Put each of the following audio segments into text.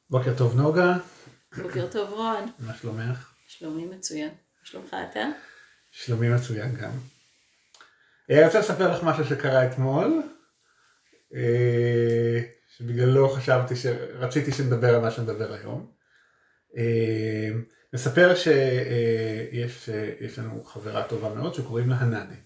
בוקר טוב נוגה. בוקר טוב רון. מה שלומך? שלומי מצוין. שלומך אתה? שלומי מצוין גם. אני רוצה לספר לך משהו שקרה אתמול, שבגללו רציתי שנדבר על מה שנדבר היום. נספר שיש לנו חברה טובה מאוד שקוראים לה הנדי.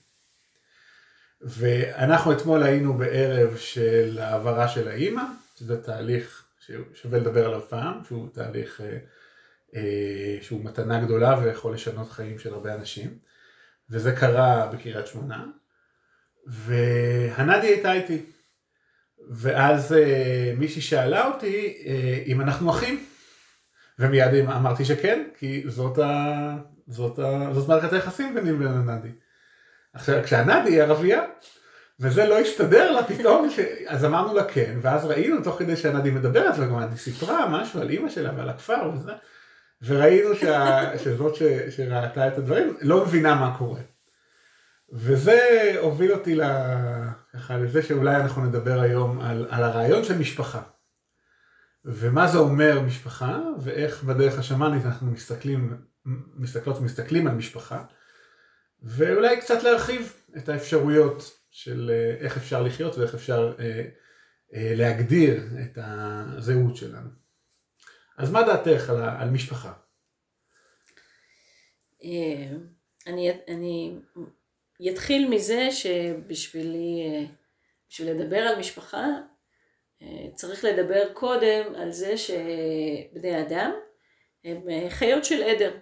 ואנחנו אתמול היינו בערב של העברה של האימא, שזה תהליך ששווה לדבר עליו פעם, שהוא תהליך שהוא מתנה גדולה ויכול לשנות חיים של הרבה אנשים. וזה קרה בקריית שמונה, והנדי הייתה איתי. ואז מישהי שאלה אותי אם אנחנו אחים. ומיד אמרתי שכן, כי זאת מערכת היחסים ביני ובין הנדי. עכשיו, כשהנדי היא ערבייה, וזה לא הסתדר לה פתאום, אז אמרנו לה כן, ואז ראינו תוך כדי שהנדי מדברת, וגם הנדי סיפרה משהו על אמא שלה ועל הכפר וזה, וראינו שזאת שראתה את הדברים, לא מבינה מה קורה. וזה הוביל אותי לזה שאולי אנחנו נדבר היום על הרעיון של משפחה. ומה זה אומר משפחה, ואיך בדרך השמאנית אנחנו מסתכלים על משפחה, ואולי קצת להרחיב את האפשרויות של איך אפשר לחיות ואיך אפשר להגדיר את הזהות שלנו. אז מה דעתך על משפחה? אני אתחיל מזה שבשביל לדבר על משפחה, צריך לדבר קודם על זה שבני אדם הם חיות של עדר.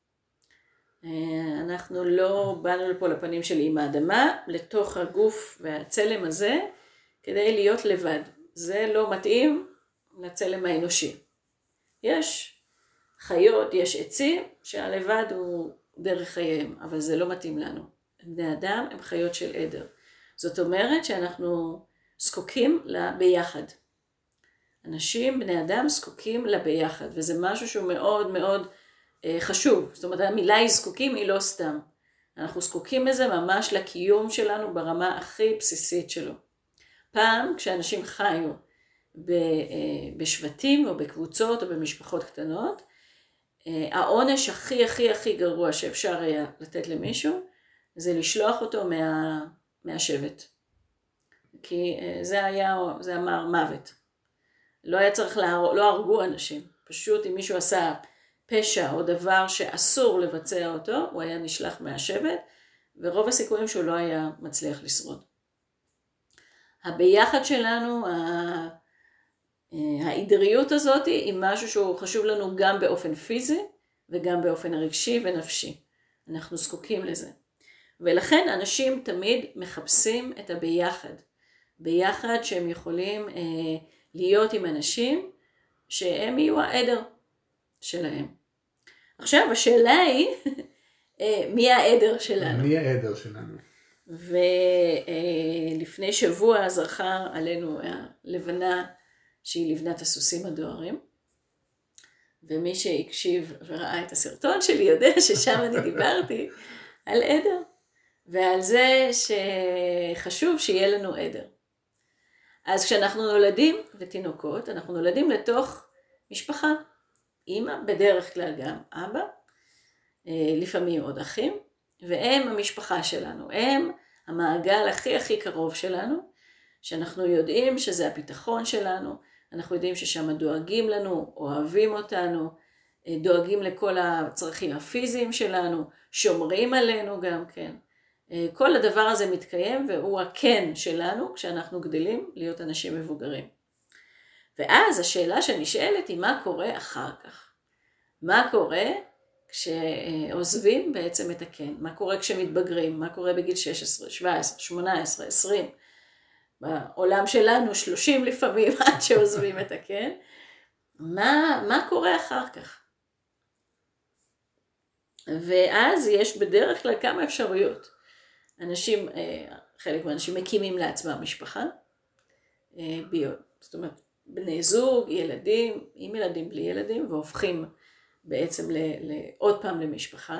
אנחנו לא באנו לפה לפנים של אמא האדמה, לתוך הגוף והצלם הזה, כדי להיות לבד. זה לא מתאים לצלם האנושי. יש חיות, יש עצים, שהלבד הוא דרך חייהם, אבל זה לא מתאים לנו. בני אדם הם חיות של עדר. זאת אומרת שאנחנו זקוקים לביחד. אנשים, בני אדם, זקוקים לביחד, וזה משהו שהוא מאוד מאוד חשוב. זאת אומרת, המילה היא זקוקים, היא לא סתם. אנחנו זקוקים לזה ממש לקיום שלנו ברמה הכי בסיסית שלו. פעם, כשאנשים חיו בשבטים או בקבוצות או במשפחות קטנות, העונש הכי גרוע שאפשר היה לתת למישהו, זה לשלוח אותו מהשבט. כי זה אמר מוות. לא היה צריך, לא הרגו אנשים. פשוט אם מישהו עשה פשע או דבר שאסור לבצע אותו, הוא היה נשלח מהשבט, ורוב הסיכויים שהוא לא היה מצליח לשרוד. הביחד שלנו, העדריות הזאת היא משהו שהוא חשוב לנו גם באופן פיזי, וגם באופן רגשי ונפשי. אנחנו זקוקים לזה. ולכן אנשים תמיד מחפשים את הביחד. ביחד שהם יכולים להיות עם אנשים שהם יהיו העדר שלהם. עכשיו השאלה היא, מי העדר שלנו? מי העדר שלנו? ולפני שבוע זרחה עלינו הלבנה שהיא לבנת הסוסים הדוהרים. ומי שהקשיב וראה את הסרטון שלי יודע ששם אני דיברתי על עדר. ועל זה שחשוב שיהיה לנו עדר. אז כשאנחנו נולדים ותינוקות, אנחנו נולדים לתוך משפחה. אמא, בדרך כלל גם אבא, לפעמים עוד אחים, והם המשפחה שלנו. הם המעגל הכי קרוב שלנו, שאנחנו יודעים שזה הביטחון שלנו, אנחנו יודעים ששם דואגים לנו, אוהבים אותנו, דואגים לכל הצרכים הפיזיים שלנו, שומרים עלינו גם כן. כל הדבר הזה מתקיים והוא הכן שלנו כשאנחנו גדלים להיות אנשים מבוגרים. ואז השאלה שנשאלת היא מה קורה אחר כך? מה קורה כשעוזבים בעצם את הכן? מה קורה כשמתבגרים? מה קורה בגיל 16, 17, 18, 20? בעולם שלנו 30 לפעמים עד שעוזבים את הכן. מה קורה אחר כך? ואז יש בדרך כלל כמה אפשרויות. חלק מהאנשים מקימים לעצמם משפחה, זאת אומרת, בני זוג, ילדים, עם ילדים, בלי ילדים, והופכים בעצם עוד פעם למשפחה,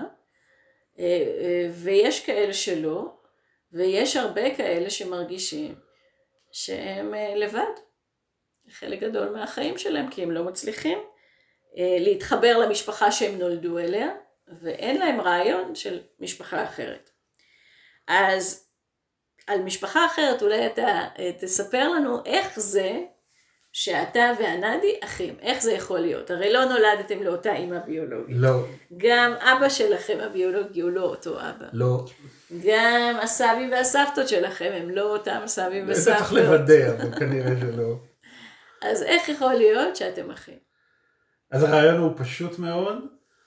ויש כאלה שלא, ויש הרבה כאלה שמרגישים שהם לבד, חלק גדול מהחיים שלהם, כי הם לא מצליחים להתחבר למשפחה שהם נולדו אליה, ואין להם רעיון של משפחה אחרת. אז על משפחה אחרת אולי אתה תספר לנו איך זה שאתה וענדי אחים, איך זה יכול להיות? הרי לא נולדתם לאותה אמא ביולוגית. לא. גם אבא שלכם הביולוגי הוא לא אותו אבא. לא. גם הסבים והסבתות שלכם הם לא אותם סבים וסבתות. זה צריך לוודא, אבל כנראה שלא. אז איך יכול להיות שאתם אחים? אז הרעיון הוא פשוט מאוד,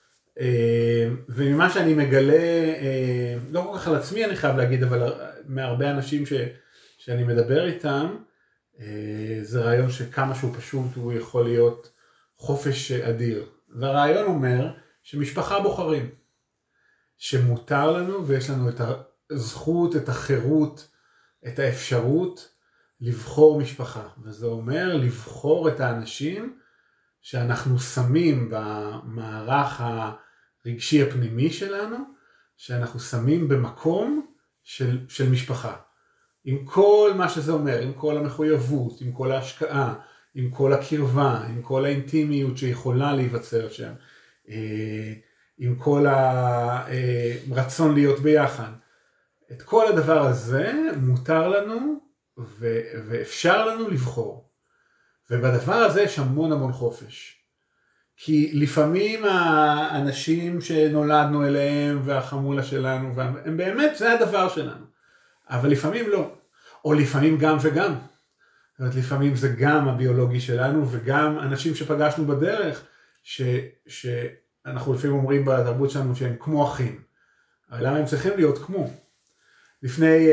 וממה שאני מגלה, לא כל כך על עצמי אני חייב להגיד, אבל מהרבה אנשים שאני מדבר איתם, זה רעיון שכמה שהוא פשוט הוא יכול להיות חופש אדיר. והרעיון אומר שמשפחה בוחרים, שמותר לנו ויש לנו את הזכות, את החירות, את האפשרות לבחור משפחה. וזה אומר לבחור את האנשים שאנחנו שמים במערך הרגשי הפנימי שלנו, שאנחנו שמים במקום של משפחה. עם כל מה שזה אומר, עם כל המחויבות, עם כל ההשקעה, עם כל הקרבה, עם כל האינטימיות שיכולה להיווצר שם, עם כל הרצון להיות ביחד. את כל הדבר הזה מותר לנו ואפשר לנו לבחור. ובדבר הזה יש המון המון חופש. כי לפעמים האנשים שנולדנו אליהם והחמולה שלנו, הם באמת, זה הדבר שלנו. אבל לפעמים לא. או לפעמים גם וגם. זאת אומרת, לפעמים זה גם הביולוגי שלנו, וגם אנשים שפגשנו בדרך, שאנחנו לפעמים אומרים בתרבות שלנו שהם כמו אחים. אבל למה הם צריכים להיות כמו? לפני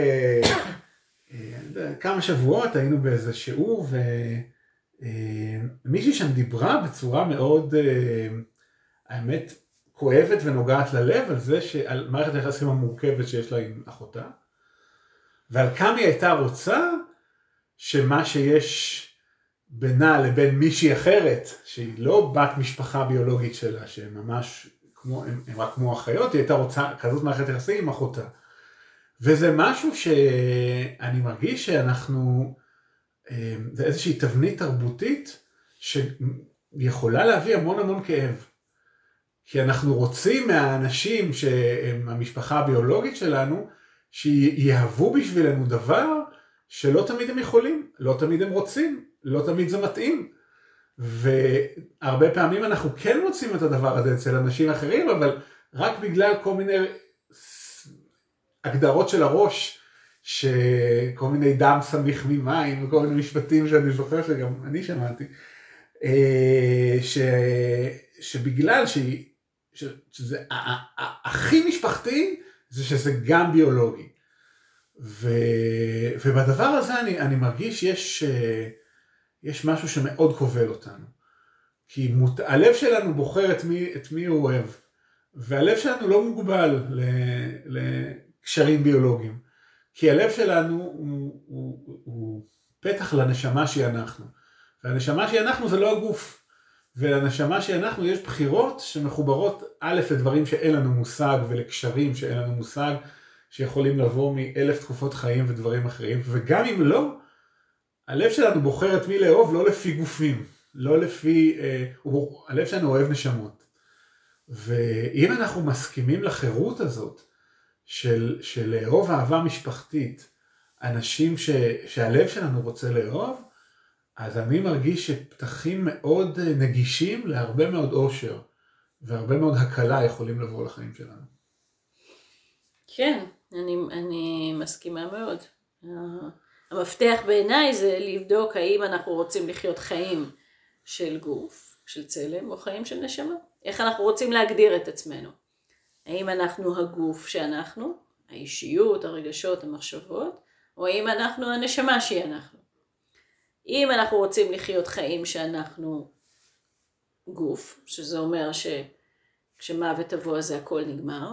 כמה שבועות היינו באיזה שיעור, ומישהי שם דיברה בצורה מאוד, האמת, כואבת ונוגעת ללב, על זה על מערכת היחסים המורכבת שיש לה עם אחותה. ועל כמה היא הייתה רוצה שמה שיש בינה לבין מישהי אחרת, שהיא לא בת משפחה ביולוגית שלה, שהם ממש הם רק כמו אחיות, היא הייתה רוצה כזאת מערכת יחסים עם אחותה. וזה משהו שאני מרגיש שאנחנו, זה איזושהי תבנית תרבותית שיכולה להביא המון המון כאב. כי אנחנו רוצים מהאנשים שהם המשפחה הביולוגית שלנו, שיהוו בשבילנו דבר שלא תמיד הם יכולים, לא תמיד הם רוצים, לא תמיד זה מתאים. והרבה פעמים אנחנו כן רוצים את הדבר הזה אצל אנשים אחרים, אבל רק בגלל כל מיני הגדרות של הראש, שכל מיני דם סמיך ממים, וכל מיני משפטים שאני זוכר שגם אני שמעתי, שבגלל שזה הכי משפחתי, זה שזה גם ביולוגי. ובדבר הזה אני מרגיש יש משהו שמאוד כובל אותנו. כי הלב שלנו בוחר את מי הוא אוהב. והלב שלנו לא מוגבל לקשרים ביולוגיים. כי הלב שלנו הוא פתח לנשמה שהיא אנחנו. והנשמה שהיא אנחנו זה לא הגוף. ולנשמה שאנחנו יש בחירות שמחוברות א' לדברים שאין לנו מושג ולקשרים שאין לנו מושג, שיכולים לבוא מאלף תקופות חיים ודברים אחרים, וגם אם לא, הלב שלנו בוחר את מי לאהוב לא לפי גופים, לא לפי, הלב שלנו אוהב נשמות. ואם אנחנו מסכימים לחירות הזאת של לאהוב אהבה משפחתית, אנשים שהלב שלנו רוצה לאהוב, אז אני מרגיש שפתחים מאוד נגישים להרבה מאוד אושר, והרבה מאוד הקלה יכולים לבוא לחיים שלנו. כן, אני מסכימה מאוד. המפתח בעיניי זה לבדוק האם אנחנו רוצים לחיות חיים של גוף, של צלם, או חיים של נשמה. איך אנחנו רוצים להגדיר את עצמנו. האם אנחנו הגוף שאנחנו, האישיות, הרגשות, המחשבות, או האם אנחנו הנשמה שהיא אנחנו. אם אנחנו רוצים לחיות חיים שאנחנו גוף, שזה אומר שכשמוות תבוא אז הכל נגמר,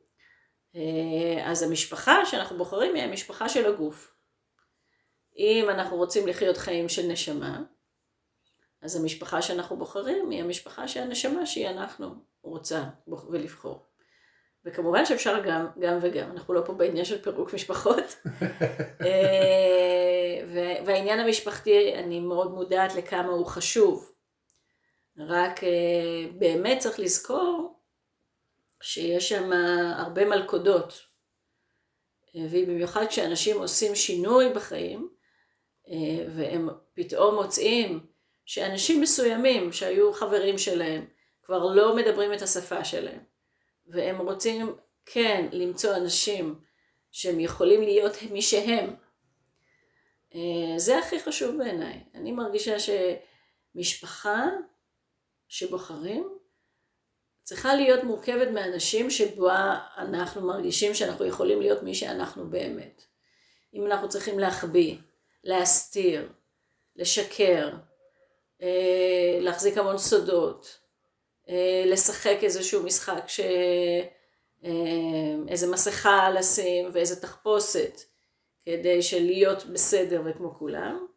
אז המשפחה שאנחנו בוחרים היא המשפחה של הגוף. אם אנחנו רוצים לחיות חיים של נשמה, אז המשפחה שאנחנו בוחרים היא המשפחה שהנשמה שהיא אנחנו רוצה ולבחור. וכמובן שאפשר גם וגם, אנחנו לא פה בעניין של פירוק משפחות. והעניין המשפחתי, אני מאוד מודעת לכמה הוא חשוב. רק באמת צריך לזכור שיש שם הרבה מלכודות. ובמיוחד כשאנשים עושים שינוי בחיים, והם פתאום מוצאים שאנשים מסוימים שהיו חברים שלהם, כבר לא מדברים את השפה שלהם. והם רוצים כן למצוא אנשים שהם יכולים להיות מי שהם. זה הכי חשוב בעיניי. אני מרגישה שמשפחה שבוחרים צריכה להיות מורכבת מאנשים שבה אנחנו מרגישים שאנחנו יכולים להיות מי שאנחנו באמת. אם אנחנו צריכים להחביא, להסתיר, לשקר, להחזיק המון סודות, לשחק איזשהו משחק איזה מסכה לשים ואיזה תחפושת כדי להיות בסדר וכמו כולם.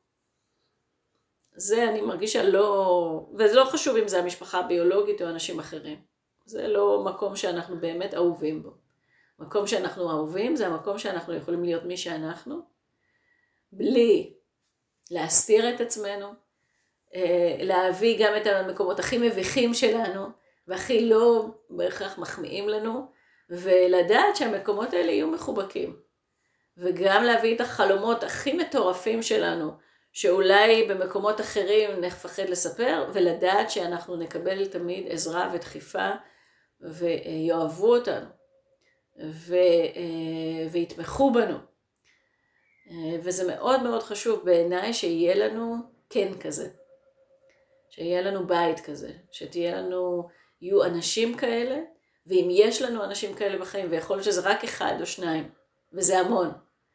זה אני מרגישה לא, וזה לא חשוב אם זה המשפחה הביולוגית או אנשים אחרים. זה לא מקום שאנחנו באמת אהובים בו. מקום שאנחנו אהובים זה המקום שאנחנו יכולים להיות מי שאנחנו, בלי להסתיר את עצמנו, להביא גם את המקומות הכי מביכים שלנו, והכי לא בהכרח מחמיאים לנו, ולדעת שהמקומות האלה יהיו מחובקים. וגם להביא את החלומות הכי מטורפים שלנו, שאולי במקומות אחרים נפחד לספר, ולדעת שאנחנו נקבל תמיד עזרה ודחיפה, ויאהבו אותנו, ויתמכו בנו. וזה מאוד מאוד חשוב בעיניי שיהיה לנו כן כזה. שיהיה לנו בית כזה, יהיו אנשים כאלה, ואם יש לנו אנשים כאלה בחיים, ויכול להיות שזה רק אחד או שניים, וזה המון,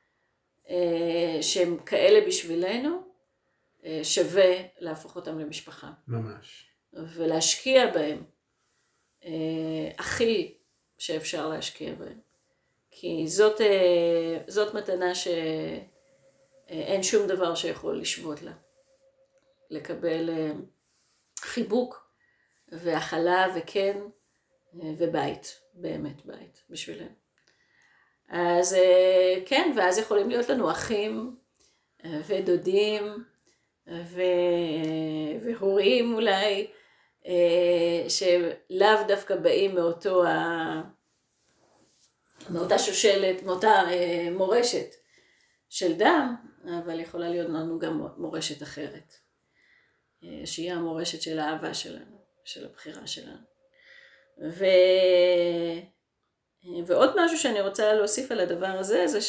שהם כאלה בשבילנו, שווה להפוך אותם למשפחה. ממש. ולהשקיע בהם, הכי שאפשר להשקיע בהם. כי זאת מתנה שאין שום דבר שיכול לשבות לה. לקבל חיבוק והכלה וכן ובית, באמת בית בשבילנו. אז כן, ואז יכולים להיות לנו אחים ודודים והורים אולי, שלאו דווקא באים מאותה שושלת, מאותה מורשת של דם, אבל יכולה להיות לנו גם מורשת אחרת. שהיא המורשת של האהבה שלנו, של הבחירה שלנו. ועוד משהו שאני רוצה להוסיף על הדבר הזה, זה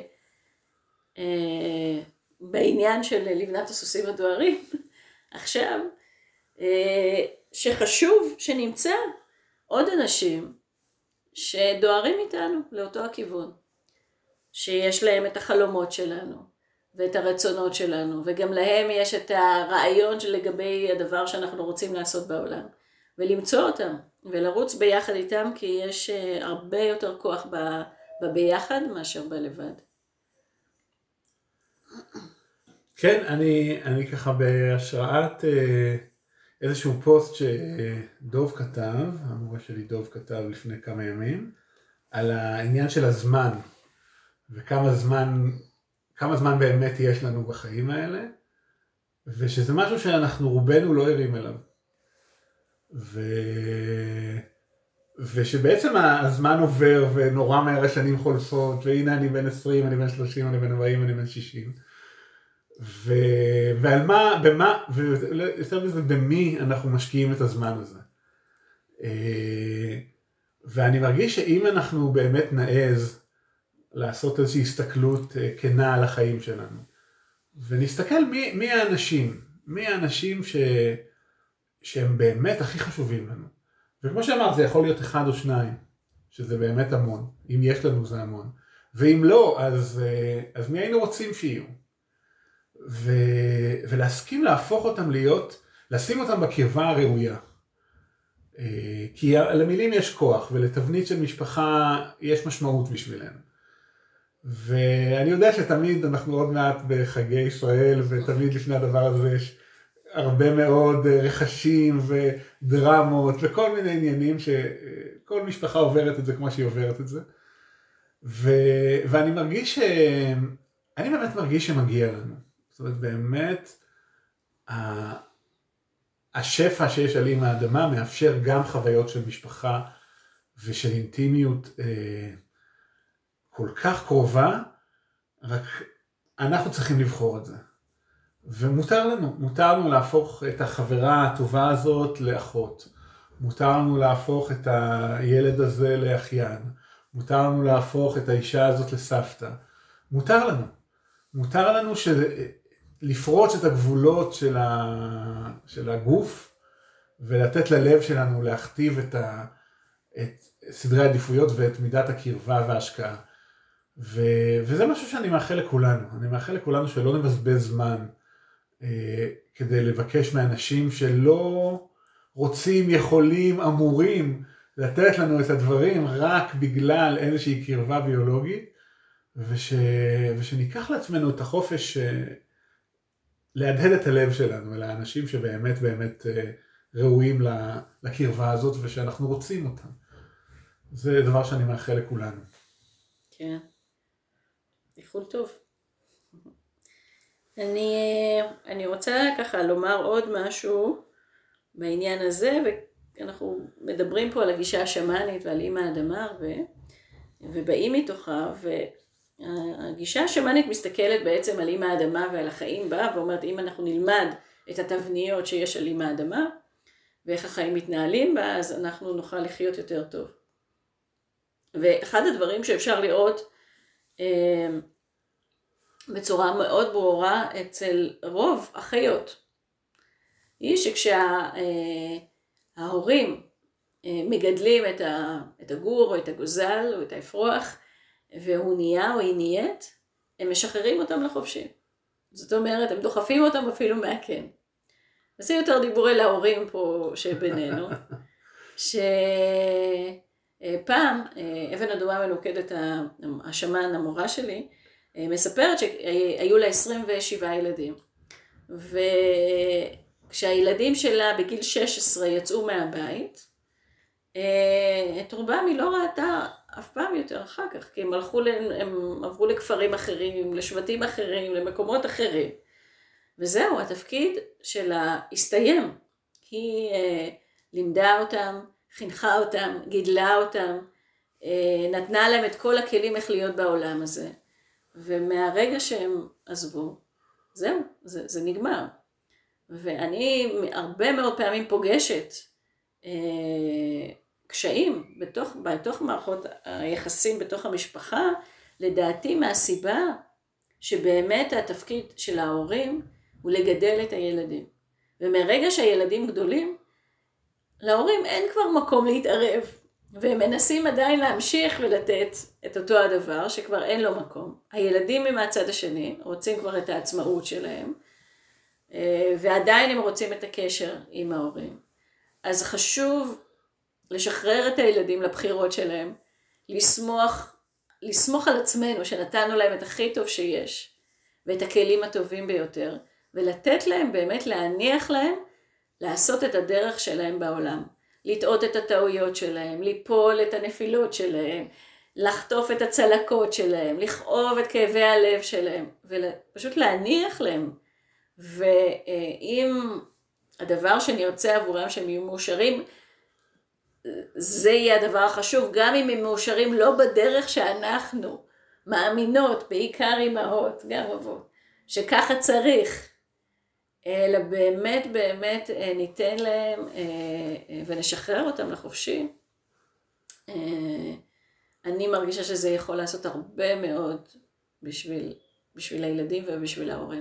שבעניין של לבנת הסוסים הדוהרים, עכשיו, שחשוב שנמצא עוד אנשים שדוהרים איתנו לאותו הכיוון, שיש להם את החלומות שלנו, ואת הרצונות שלנו, וגם להם יש את הרעיון לגבי הדבר שאנחנו רוצים לעשות בעולם, ולמצוא אותם, ולרוץ ביחד איתם, כי יש הרבה יותר כוח בביחד מאשר בלבד. כן, אני ככה בהשראת איזשהו פוסט שדוב כתב, המורה שלי דוב כתב לפני כמה ימים, על העניין של הזמן, וכמה זמן באמת יש לנו בחיים האלה, ושזה משהו שאנחנו רובנו לא ערים אליו. ושבעצם הזמן עובר ונורא מהר השנים חולפות, והנה אני בן 20, אני בן 30, אני בן 40, אני בן 60. ועל מה, במה, ויותר מזה, במי אנחנו משקיעים את הזמן הזה. ואני מרגיש שאם אנחנו באמת נעז לעשות איזושהי הסתכלות כנה על החיים שלנו, ונסתכל מי האנשים שהם באמת הכי חשובים לנו. וכמו שאמרת, זה יכול להיות אחד או שניים, שזה באמת המון. אם יש לנו זה המון. ואם לא, אז מי היינו רוצים שיהיו? ולהסכים להפוך אותם לשים אותם בקרבה הראויה. כי למילים יש כוח, ולתבנית של משפחה יש משמעות בשבילנו. ואני יודע שתמיד אנחנו עוד מעט בחגי ישראל, ותמיד לפני הדבר הזה יש הרבה מאוד רכשים ודרמות, וכל מיני עניינים שכל משפחה עוברת את זה כמו שהיא עוברת את זה. ואני באמת מרגיש שמגיע לנו. זאת אומרת, באמת, השפע שיש על עם האדמה מאפשר גם חוויות של משפחה ושל אינטימיות כל כך קרובה, רק אנחנו צריכים לבחור את זה. ומותר לנו להפוך את החברה הטובה הזאת לאחות. מותר לנו להפוך את הילד הזה לאחיין. מותר לנו להפוך את האישה הזאת לסבתא. מותר לנו לפרוץ את הגבולות של הגוף, ולתת ללב שלנו להכתיב את סדרי העדיפויות ואת מידת הקרבה וההשקעה. וזה משהו שאני מאחל לכולנו. אני מאחל לכולנו שלא נבזבז זמן כדי לבקש מאנשים שלא רוצים, יכולים, אמורים לתת לנו את הדברים רק בגלל איזושהי קרבה ביולוגית, ושניקח לעצמנו את החופש להדהד את הלב שלנו אל האנשים שבאמת באמת ראויים לקרבה הזאת ושאנחנו רוצים אותם. זה דבר שאני מאחל לכולנו. כן. איחול טוב. אני רוצה ככה לומר עוד משהו בעניין הזה, ואנחנו מדברים פה על הגישה השמאנית ועל עם האדמה הרבה, ובאים מתוכה, והגישה השמאנית מסתכלת בעצם על עם האדמה ועל החיים בה, ואומרת אם אנחנו נלמד את התבניות שיש על עם האדמה, ואיך החיים מתנהלים בה, אז אנחנו נוכל לחיות יותר טוב. ואחד הדברים שאפשר לראות בצורה מאוד ברורה אצל רוב החיות, היא שכשההורים מגדלים את הגור או את הגוזל או את האפרוח, והוא נהיה או היא נהיית, הם משחררים אותם לחופשי. זאת אומרת, הם דוחפים אותם אפילו מהקן. וזה יותר דיבורי להורים פה שבינינו, שפעם אבן אדומה מלוכדת, השמן המורה שלי, מספרת שהיו לה 27 ילדים. וכשהילדים שלה בגיל 16 יצאו מהבית, את רובם היא לא ראתה אף פעם יותר אחר כך, כי הם עברו לכפרים אחרים, לשבטים אחרים, למקומות אחרים. וזהו, התפקיד שלה הסתיים. היא לימדה אותם, חינכה אותם, גידלה אותם, נתנה להם את כל הכלים איך להיות בעולם הזה. ומהרגע שהם עזבו, זהו, זה נגמר. ואני הרבה מאוד פעמים פוגשת קשיים בתוך מערכות היחסים בתוך המשפחה, לדעתי מהסיבה שבאמת התפקיד של ההורים הוא לגדל את הילדים. ומרגע שהילדים גדולים, להורים אין כבר מקום להתערב, והם מנסים עדיין להמשיך ולתת את אותו הדבר שכבר אין לו מקום. הילדים מהצד השני רוצים כבר את העצמאות שלהם, ועדיין הם רוצים את הקשר עם ההורים. אז חשוב לשחרר את הילדים לבחירות שלהם, לסמוך על עצמנו שנתנו להם את הכי טוב שיש, ואת הכלים הטובים ביותר, ולתת להם באמת להניח להם לעשות את הדרך שלהם בעולם. לטעות את הטעויות שלהם, ליפול את הנפילות שלהם, לחטוף את הצלקות שלהם, לכאוב את כאבי הלב שלהם, ופשוט להניח להם. ואם הדבר שנרצה עבורם שהם יהיו מאושרים, זה יהיה הדבר החשוב, גם אם הם מאושרים לא בדרך שאנחנו מאמינות, בעיקר אמהות, גם אבות, שככה צריך, אלא באמת באמת ניתן להם ונשחרר אותם לחופשי. אני מרגישה שזה יכול לעשות הרבה מאוד בשביל הילדים ובשביל ההורים.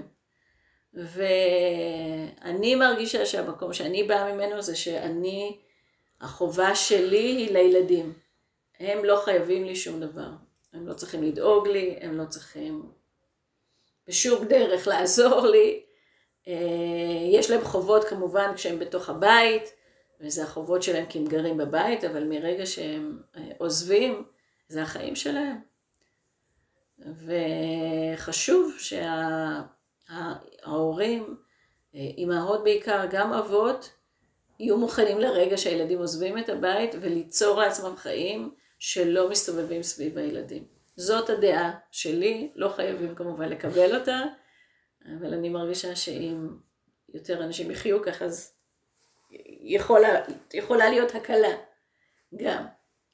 ואני מרגישה שהמקום שאני באה ממנו זה החובה שלי היא לילדים. הם לא חייבים לי שום דבר. הם לא צריכים לדאוג לי, הם לא צריכים בשום דרך לעזור לי. יש להם חובות כמובן כשהם בתוך הבית, וזה החובות שלהם כי הם גרים בבית, אבל מרגע שהם עוזבים, זה החיים שלהם. וחשוב שההורים, אמהות בעיקר, גם אבות, יהיו מוכנים לרגע שהילדים עוזבים את הבית, וליצור לעצמם חיים שלא מסתובבים סביב הילדים. זאת הדעה שלי, לא חייבים כמובן לקבל אותה, אבל אני מרגישה שאם יותר אנשים יחיו ככה, אז יכולה להיות הקלה גם.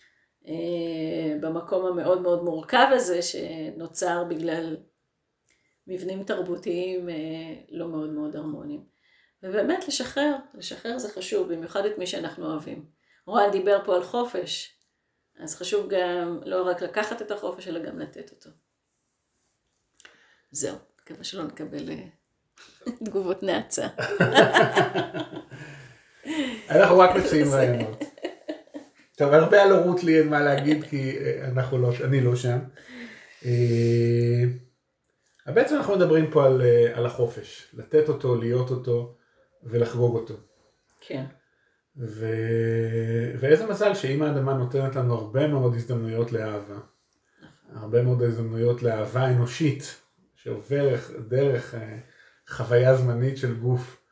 במקום המאוד מאוד מורכב הזה שנוצר בגלל מבנים תרבותיים לא מאוד מאוד הרמוניים. ובאמת לשחרר זה חשוב, במיוחד את מי שאנחנו אוהבים. רוען דיבר פה על חופש, אז חשוב גם לא רק לקחת את החופש, אלא גם לתת אותו. זהו, מקווה שלא נקבל תגובות נאצה. אנחנו רק מציעים רעיונות. טוב, הרבה על הורות לי אין מה להגיד, כי אני לא שם. בעצם אנחנו מדברים פה על החופש, לתת אותו, להיות אותו ולחגוג אותו. כן. ואיזה מזל שאמא האדמה נותנת לנו הרבה מאוד הזדמנויות לאהבה. הרבה מאוד הזדמנויות לאהבה אנושית, שעובר דרך חוויה זמנית של גוף.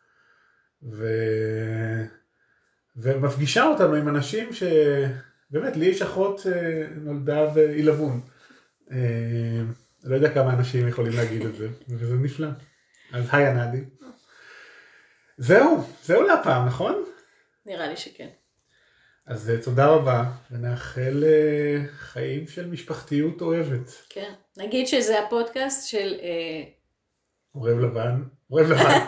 ומפגישה אותנו עם אנשים שבאמת, לי יש אחות נולדה בעילבון. לא יודע כמה אנשים יכולים להגיד את זה, וזה נפלא. אז היי ענדי. זהו להפעם, נכון? נראה לי שכן. אז תודה רבה, ונאחל חיים של משפחתיות אוהבת. כן, נגיד שזה הפודקאסט של... עורב לבן. עורב לבן.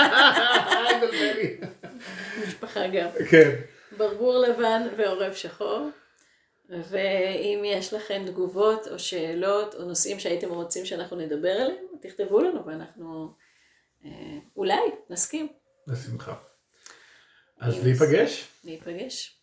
משפחה גם. כן. ברבור לבן ועורב שחור. ואם יש לכם תגובות או שאלות או נושאים שהייתם רוצים שאנחנו נדבר עליהם, תכתבו לנו ואנחנו אולי נסכים. בשמחה. אז להיפגש? להיפגש.